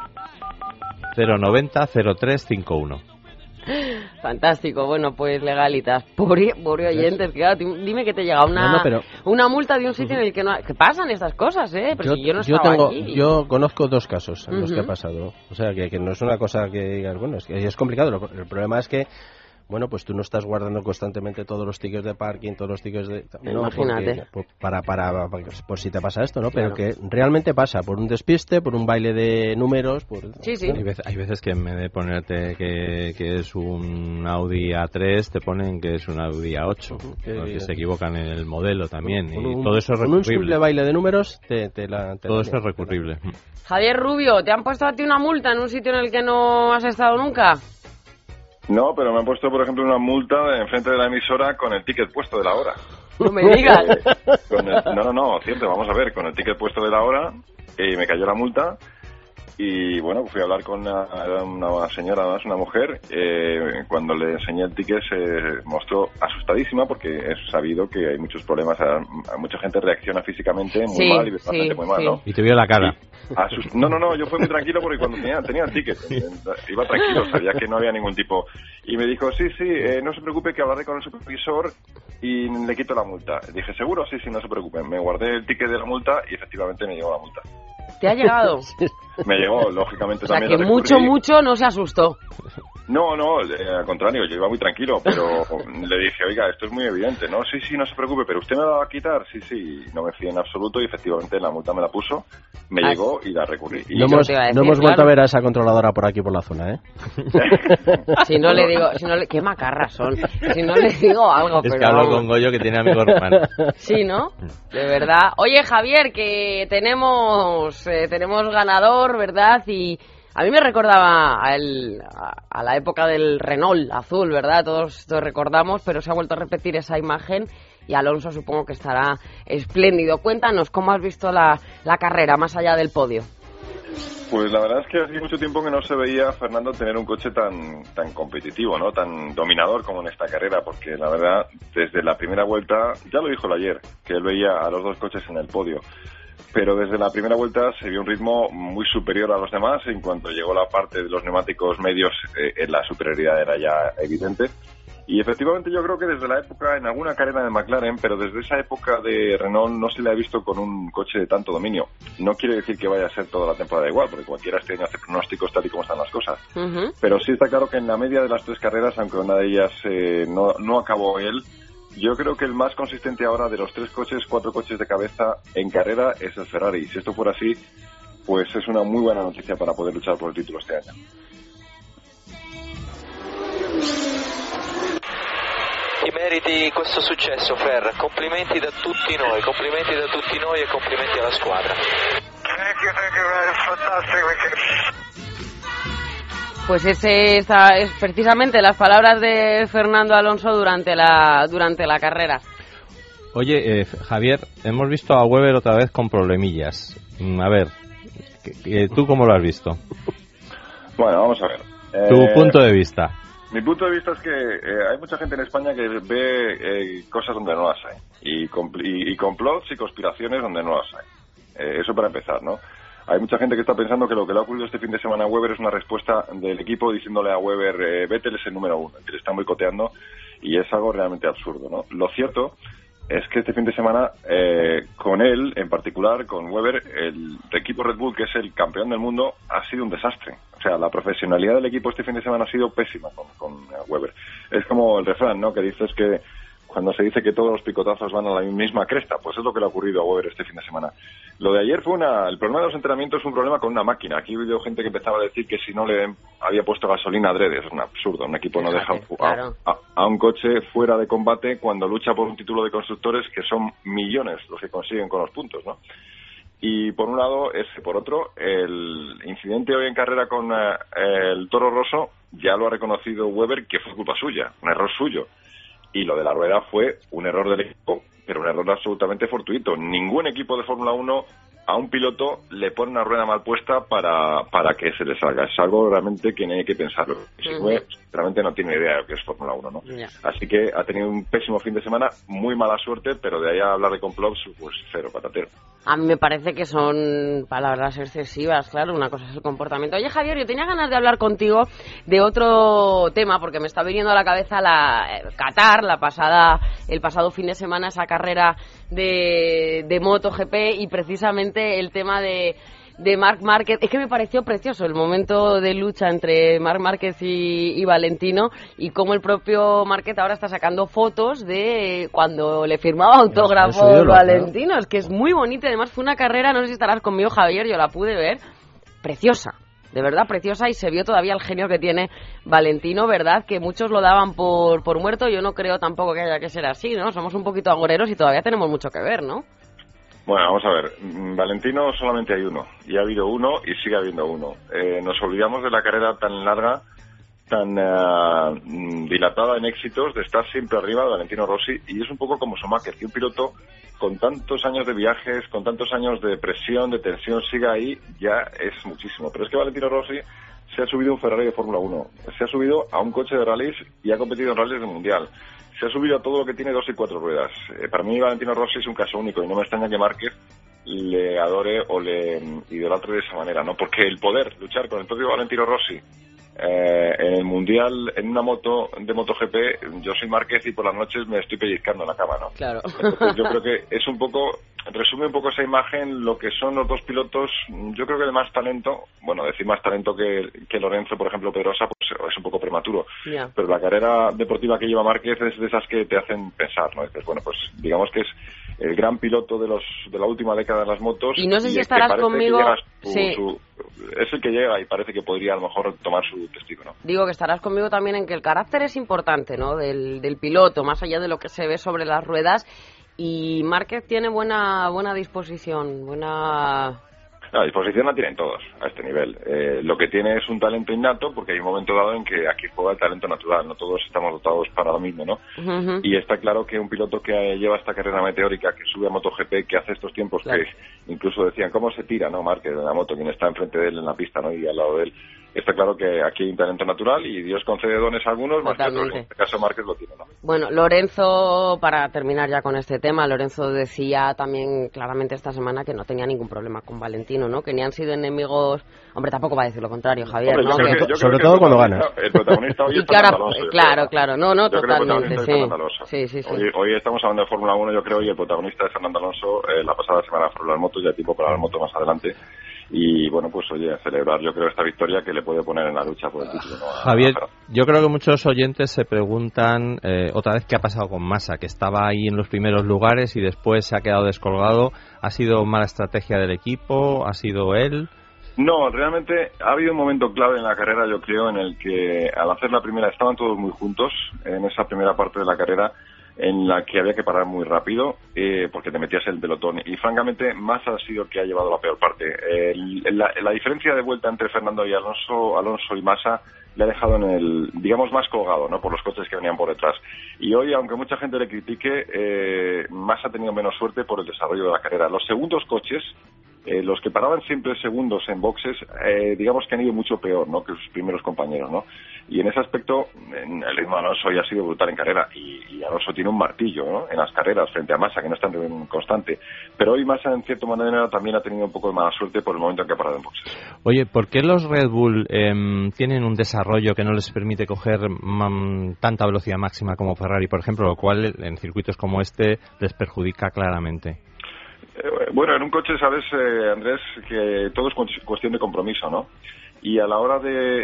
090 0351. Fantástico, bueno, pues legalitas, pobre oyentes, claro, dime que te llega una multa de un sitio en el que no... ¿Qué pasan estas cosas, Pero si yo no estaba aquí. Yo conozco 2 casos en los que ha pasado, o sea, que no es una cosa que digas, bueno, es que es complicado, el problema es que bueno, pues tú no estás guardando constantemente todos los tickets de parking, todos los tickets de... No, imagínate. Para por si te pasa esto, ¿no? Pero claro, que realmente pasa por un despiste, por un baile de números... Sí. Hay veces que en vez de ponerte que es un Audi A3, te ponen que es un Audi A8. Porque se equivocan en el modelo también. Y todo eso es recurrible. Con un simple baile de números todo eso es recurrible. Javier Rubio, ¿te han puesto a ti una multa en un sitio en el que no has estado nunca? No, pero me han puesto, por ejemplo, una multa enfrente de la emisora con el ticket puesto de la hora. No me digas. No, siempre, vamos a ver, con el ticket puesto de la hora, me cayó la multa. Y bueno, fui a hablar con una señora, además una mujer. Cuando le enseñé el ticket se mostró asustadísima porque es sabido que hay muchos problemas. Mucha gente reacciona físicamente muy mal y bastante muy mal, ¿no? Y te vio la cara. No, yo fui muy tranquilo porque cuando tenía el ticket iba tranquilo, sabía que no había ningún tipo. Y me dijo, sí, no se preocupe que hablaré con el supervisor y le quito la multa. Dije, ¿seguro? Sí, no se preocupe. Me guardé el ticket de la multa y efectivamente me llegó la multa. ¿Te ha llegado? Me llegó, lógicamente, también. O sea, que mucho no se asustó. No, al contrario, yo iba muy tranquilo, pero le dije, oiga, esto es muy evidente, ¿no? Sí, no se preocupe, pero ¿usted me la va a quitar? Sí, no me fíe en absoluto y efectivamente la multa me la puso, me llegó y la recurrí. Y no hemos vuelto a ver a esa controladora por aquí, por la zona, ¿eh? Si no le digo, qué macarras son, si no le digo algo, es que hablo con Goyo que tiene amigos romanos. Sí, ¿no? De verdad. Oye, Javier, que tenemos ganador, ¿verdad? Y a mí me recordaba a la época del Renault azul, ¿verdad? Todos esto recordamos, pero se ha vuelto a repetir esa imagen y Alonso supongo que estará espléndido. Cuéntanos, ¿cómo has visto la carrera más allá del podio? Pues la verdad es que hace mucho tiempo que no se veía a Fernando tener un coche tan competitivo, ¿no? Tan dominador como en esta carrera, porque la verdad, desde la primera vuelta, ya lo dijo él ayer, que él veía a los 2 coches en el podio. Pero desde la primera vuelta se vio un ritmo muy superior a los demás. En cuanto llegó la parte de los neumáticos medios, la superioridad era ya evidente. Y efectivamente yo creo que desde la época, en alguna carrera de McLaren, pero desde esa época de Renault no se le ha visto con un coche de tanto dominio. No quiere decir que vaya a ser toda la temporada igual, porque cualquiera este año hace pronósticos tal y como están las cosas. Uh-huh. Pero sí está claro que en la media de las 3 carreras, aunque una de ellas no acabó él, yo creo que el más consistente ahora de los 4 coches de cabeza en carrera es el Ferrari. Y si esto fuera así, pues es una muy buena noticia para poder luchar por el título este año. Ti meriti questo successo, Fer. Complimenti da tutti noi e complimenti alla squadra. Thank you, fantastic. Pues esa es precisamente las palabras de Fernando Alonso durante la carrera. Oye, Javier, hemos visto a Webber otra vez con problemillas. A ver, ¿tú cómo lo has visto? Bueno, vamos a ver. Tu punto de vista. Mi punto de vista es que hay mucha gente en España que ve cosas donde no las hay. Y complots y conspiraciones donde no las hay. Eso para empezar, ¿no? Hay mucha gente que está pensando que lo que le ha ocurrido este fin de semana a Webber es una respuesta del equipo diciéndole a Webber, Vettel es el número 1, que le están boicoteando, y es algo realmente absurdo, ¿no? Lo cierto es que este fin de semana, con él, en particular, con Webber, el equipo Red Bull, que es el campeón del mundo, ha sido un desastre. O sea, la profesionalidad del equipo este fin de semana ha sido pésima con Webber. Es como el refrán, ¿no?, que dices que cuando se dice que todos los picotazos van a la misma cresta, pues es lo que le ha ocurrido a Webber este fin de semana. Lo de ayer fue el problema de los entrenamientos es un problema con una máquina. Aquí he oído gente que empezaba a decir que si no le había puesto gasolina adrede, es un absurdo. Un equipo no deja a un coche fuera de combate cuando lucha por un título de constructores, que son millones los que consiguen con los puntos, ¿no? Y por un lado ese, por otro, el incidente hoy en carrera con el Toro Rosso ya lo ha reconocido Webber que fue culpa suya, un error suyo. Y lo de la rueda fue un error del equipo, pero un error absolutamente fortuito. Ningún equipo de Fórmula 1 a un piloto le pone una rueda mal puesta para que se le salga. Es algo realmente que no hay que pensarlo. Realmente no tiene idea de lo que es Fórmula 1, ¿no? Yeah. Así que ha tenido un pésimo fin de semana, muy mala suerte, pero de ahí a hablar de complot, pues cero, patatero. A mí me parece que son palabras excesivas, claro, una cosa es el comportamiento. Oye, Javier, yo tenía ganas de hablar contigo de otro tema, porque me está viniendo a la cabeza Qatar, el pasado fin de semana, esa carrera de MotoGP, y precisamente el tema de Marc Márquez. Es que me pareció precioso el momento de lucha entre Marc Márquez y Valentino, y cómo el propio Márquez ahora está sacando fotos de cuando le firmaba autógrafos Valentino. Es que es muy bonito, además fue una carrera, no sé si estarás conmigo, Javier, yo la pude ver, preciosa. De verdad preciosa, y se vio todavía el genio que tiene Valentino, ¿verdad? Que muchos lo daban por muerto. Yo no creo tampoco que haya que ser así, ¿no? Somos un poquito agoreros y todavía tenemos mucho que ver, ¿no? Bueno, vamos a ver. Valentino solamente hay uno, y ha habido uno y sigue habiendo uno. Nos olvidamos de la carrera tan larga, tan dilatada en éxitos, de estar siempre arriba de Valentino Rossi, y es un poco como Schumacher, que un piloto con tantos años de viajes, con tantos años de presión, de tensión, siga ahí, ya es muchísimo. Pero es que Valentino Rossi se ha subido a un Ferrari de Fórmula 1, se ha subido a un coche de rallies y ha competido en rallies del Mundial, se ha subido a todo lo que tiene 2 y 4 ruedas. Para mí Valentino Rossi es un caso único, y no me extraña que Márquez le adore o le idolatre de esa manera, ¿no? Porque el poder luchar con el propio Valentino Rossi en el Mundial, en una moto de MotoGP, yo soy Márquez y por las noches me estoy pellizcando en la cama, ¿no? Claro. Entonces yo creo que es un poco, resume un poco esa imagen, lo que son los dos pilotos, yo creo que de más talento, bueno, decir más talento que Lorenzo, por ejemplo, Pedrosa, pues es un poco prematuro. Yeah. Pero la carrera deportiva que lleva Márquez es de esas que te hacen pensar, ¿no? Dices, bueno, pues digamos que es el gran piloto de la última década de las motos. Y no sé si estarás conmigo. Es el que llega y parece que podría a lo mejor tomar su testigo, ¿no? Digo que estarás conmigo también en que el carácter es importante, ¿no? Del piloto, más allá de lo que se ve sobre las ruedas. Y Márquez tiene buena disposición, La disposición la tienen todos a este nivel. Lo que tiene es un talento innato, porque hay un momento dado en que aquí juega el talento natural, no todos estamos dotados para lo mismo, ¿no? Uh-huh. Y está claro que un piloto que lleva esta carrera meteórica, que sube a MotoGP, que hace estos tiempos, claro, que incluso decían, ¿cómo se tira, no, Márquez de la moto, quien está enfrente de él en la pista, ¿no? Y al lado de él. Está claro que aquí hay un talento natural y Dios concede dones a algunos, más que otros. En este caso Márquez lo tiene, ¿no? Bueno, Lorenzo, para terminar ya con este tema, Lorenzo decía también claramente esta semana que no tenía ningún problema con Valentino, ¿no? Que ni han sido enemigos. Hombre, tampoco va a decir lo contrario, Javier, hombre, ¿no? Sobre todo cuando ganas. El protagonista hoy es Fernando Alonso. Claro, no, totalmente, sí. Hoy estamos hablando de Fórmula 1, yo creo, y el protagonista es Fernando Alonso. La pasada semana fueron las motos, ya tiempo para las motos más adelante. Y bueno, pues oye, celebrar yo creo esta victoria que le puede poner en la lucha por el título, ¿no? Javier, yo creo que muchos oyentes se preguntan otra vez qué ha pasado con Massa, que estaba ahí en los primeros lugares y después se ha quedado descolgado. ¿Ha sido mala estrategia del equipo? ¿Ha sido él? No, realmente ha habido un momento clave en la carrera, yo creo, en el que al hacer la primera estaban todos muy juntos en esa primera parte de la carrera, en la que había que parar muy rápido porque te metías el pelotón, y francamente Massa ha sido el que ha llevado la peor parte. La diferencia de vuelta entre Fernando y Alonso y Massa le ha dejado en el, digamos, más colgado, ¿no? Por los coches que venían por detrás. Y hoy, aunque mucha gente le critique, Massa ha tenido menos suerte por el desarrollo de la carrera. Los segundos coches, los que paraban siempre segundos en boxes, digamos que han ido mucho peor, ¿no?, que sus primeros compañeros, ¿no? Y en ese aspecto, el ritmo de Alonso ya ha sido brutal en carrera, y Alonso tiene un martillo, ¿no?, en las carreras frente a Massa, que no es tan constante. Pero hoy Massa, en cierta manera, también ha tenido un poco de mala suerte por el momento en que ha parado en boxes. Oye, ¿por qué los Red Bull tienen un desarrollo que no les permite coger tanta velocidad máxima como Ferrari, por ejemplo, lo cual en circuitos como este les perjudica claramente? Bueno, en un coche sabes, Andrés, que todo es cuestión de compromiso, ¿no? Y a la hora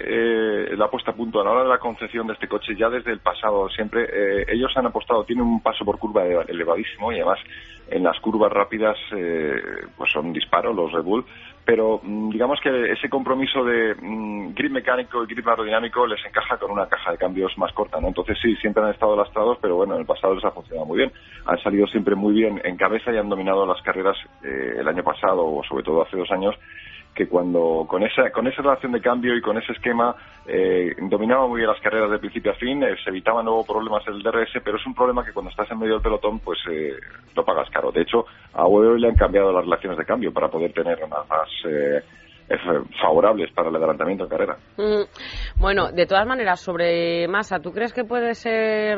de la puesta a punto, a la hora de la concepción de este coche, ya desde el pasado siempre, ellos han apostado, tienen un paso por curva elevadísimo, y además en las curvas rápidas pues son disparos los Red Bull, pero digamos que ese compromiso de grip mecánico y grip aerodinámico les encaja con una caja de cambios más corta, ¿no? Entonces sí, siempre han estado lastrados, pero bueno, en el pasado les ha funcionado muy bien. Han salido siempre muy bien en cabeza y han dominado las carreras el año pasado, o sobre todo hace 2 años, que cuando con esa relación de cambio y con ese esquema dominaba muy bien las carreras de principio a fin, se evitaban luego problemas del DRS, pero es un problema que cuando estás en medio del pelotón pues lo pagas caro. De hecho, a Weber le han cambiado las relaciones de cambio para poder tener unas más favorables para el adelantamiento en carrera. Bueno, de todas maneras, sobre Massa, ¿tú crees que puede ser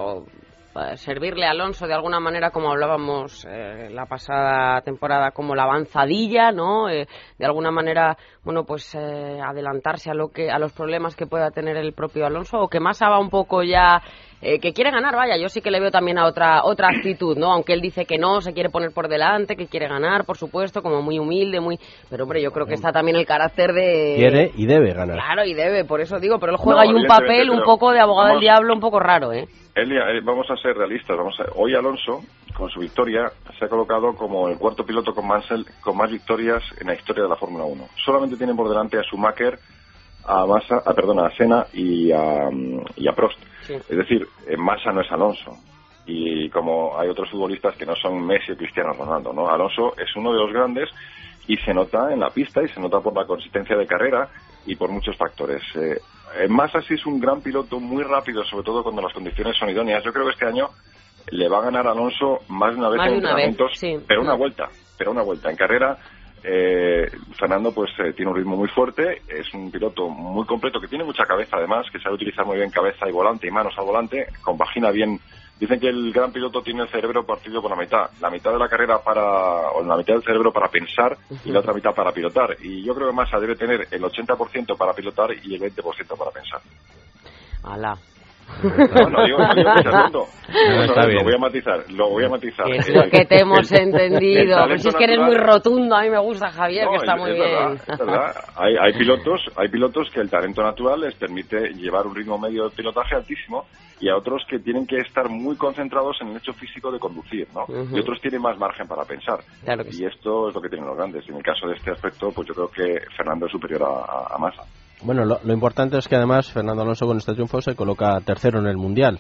servirle a Alonso de alguna manera, como hablábamos la pasada temporada, como la avanzadilla, ¿no? De alguna manera, bueno, pues adelantarse a los problemas que pueda tener el propio Alonso, o que Massa va un poco ya que quiere ganar, vaya, yo sí que le veo también a otra actitud, ¿no? Aunque él dice que no, se quiere poner por delante, que quiere ganar, por supuesto, como muy humilde, pero hombre, yo creo que está también el carácter de... Quiere y debe ganar. Claro, y debe, por eso digo, pero él juega ahí un papel un poco de abogado del diablo, un poco raro, ¿eh? Vamos a ser realistas. Hoy Alonso, con su victoria, se ha colocado como el cuarto piloto con más victorias en la historia de la Fórmula 1. Solamente tienen por delante a Schumacher, a Senna y a Prost. Sí. Es decir, Massa no es Alonso. Y como hay otros futbolistas que no son Messi o Cristiano Ronaldo, ¿no? Alonso es uno de los grandes y se nota en la pista y se nota por la consistencia de carrera y por muchos factores. Massa sí es un gran piloto, muy rápido, sobre todo cuando las condiciones son idóneas. Yo creo que este año le va a ganar a Alonso más de una vez en entrenamientos, sí. pero una vuelta. En carrera, Fernando pues tiene un ritmo muy fuerte, es un piloto muy completo, que tiene mucha cabeza además, que sabe utilizar muy bien cabeza y volante y manos al volante, compagina bien. Dicen que el gran piloto tiene el cerebro partido por la mitad de la carrera o la mitad del cerebro para pensar y la otra mitad para pilotar. Y yo creo que Massa debe tener el 80% para pilotar y el 20% para pensar. ¡Hala! No digo que sea tonto. Lo voy a matizar. Es lo que te hemos entendido. Pero si es que eres muy rotundo, a mí me gusta, Javier, que está muy bien. Es verdad. Hay pilotos que el talento natural les permite llevar un ritmo medio de pilotaje altísimo, y a otros que tienen que estar muy concentrados en el hecho físico de conducir, ¿no? Y otros tienen más margen para pensar. Claro que y esto es lo que tienen los grandes. En el caso de este aspecto, pues yo creo que Fernando es superior a Massa. Bueno, lo importante es que además Fernando Alonso con este triunfo se coloca tercero en el Mundial.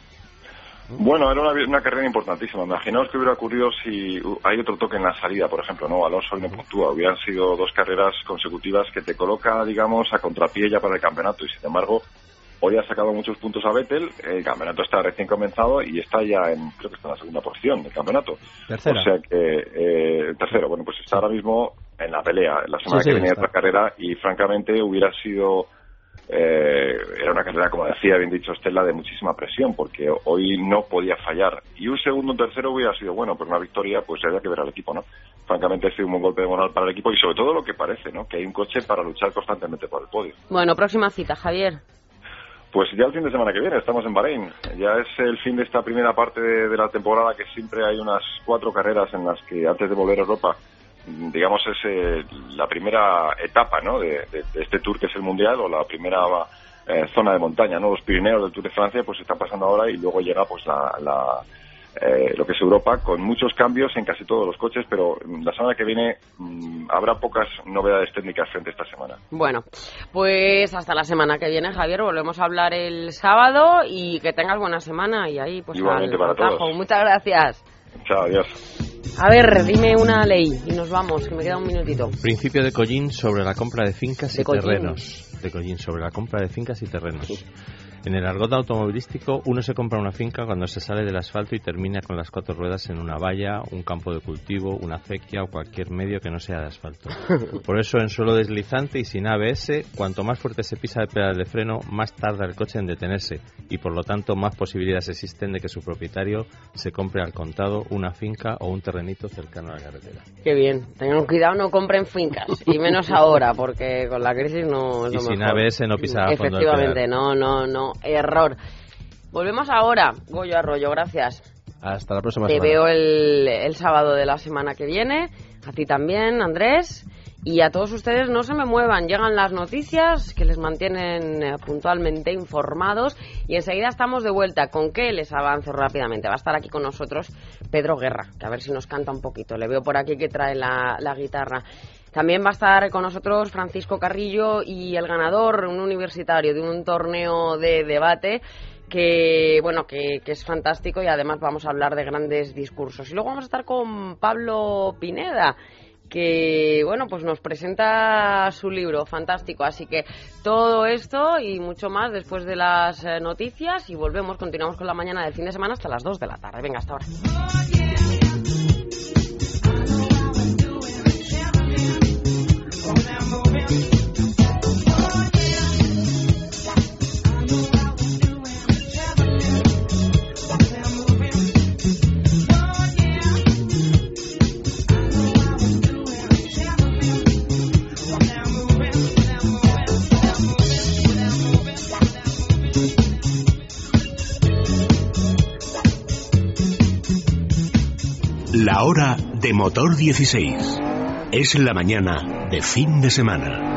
Bueno, era una carrera importantísima. Imaginaos que hubiera ocurrido si hay otro toque en la salida, por ejemplo, ¿no? Alonso hoy no puntúa. Hubieran sido 2 carreras consecutivas que te coloca, digamos, a contrapié ya para el campeonato. Y sin embargo, hoy ha sacado muchos puntos a Vettel. El campeonato está recién comenzado y está ya creo que está en la segunda posición del campeonato. Tercera. O sea que, tercero. Bueno, pues está ahora mismo en la pelea. La semana que viene otra carrera y francamente hubiera sido... era una carrera, como decía bien dicho Estela, de muchísima presión, porque hoy no podía fallar, y un segundo, un tercero hubiera sido bueno, pero una victoria pues había que ver al equipo, ¿no? Francamente ha sido un buen golpe de moral para el equipo, y sobre todo lo que parece, ¿no? Que hay un coche para luchar constantemente por el podio. Bueno, próxima cita, Javier. Pues ya el fin de semana que viene, estamos en Bahrein. Ya es el fin de esta primera parte de la temporada, que siempre hay unas 4 carreras en las que antes de volver a Europa, digamos, es la primera etapa, ¿no? de este Tour que es el Mundial, o la primera zona de montaña, ¿no? Los Pirineos del Tour de Francia pues está pasando ahora, y luego llega pues lo que es Europa, con muchos cambios en casi todos los coches, pero la semana que viene habrá pocas novedades técnicas frente a esta semana. Bueno, pues hasta la semana que viene, Javier, volvemos a hablar el sábado, y que tengas buena semana, y ahí pues igualmente para todos. Muchas gracias. Chao, adiós. A ver, dime una ley y nos vamos, que me queda un minutito. Principio de Collín sobre la compra de fincas y terrenos. De Collín sobre la compra de fincas y terrenos. Sí. En el argot automovilístico, uno se compra una finca cuando se sale del asfalto y termina con las 4 ruedas en una valla, un campo de cultivo, una acequia o cualquier medio que no sea de asfalto. Por eso, en suelo deslizante y sin ABS, cuanto más fuerte se pisa el pedal de freno, más tarda el coche en detenerse, y por lo tanto más posibilidades existen de que su propietario se compre al contado una finca o un terrenito cercano a la carretera. Qué bien. Tengan cuidado, no compren fincas, y menos ahora, porque con la crisis no es lo mejor. Y sin ABS no pisar a fondo el pedal. Efectivamente, no. Error. Volvemos ahora, Goyo Arroyo, gracias. Hasta la próxima semana. Te veo el sábado de la semana que viene, a ti también, Andrés, y a todos ustedes. No se me muevan, llegan las noticias que les mantienen puntualmente informados, y enseguida estamos de vuelta. ¿Con qué? Les avanzo rápidamente. Va a estar aquí con nosotros Pedro Guerra, que a ver si nos canta un poquito. Le veo por aquí que trae la guitarra. También va a estar con nosotros Francisco Carrillo, y el ganador, un universitario de un torneo de debate que es fantástico, y además vamos a hablar de grandes discursos. Y luego vamos a estar con Pablo Pineda, que bueno, pues nos presenta su libro fantástico. Así que todo esto y mucho más después de las noticias, y continuamos con la mañana del fin de semana hasta las 2 de la tarde. Venga, hasta ahora. La hora de Motor 16. Es la mañana de fin de semana.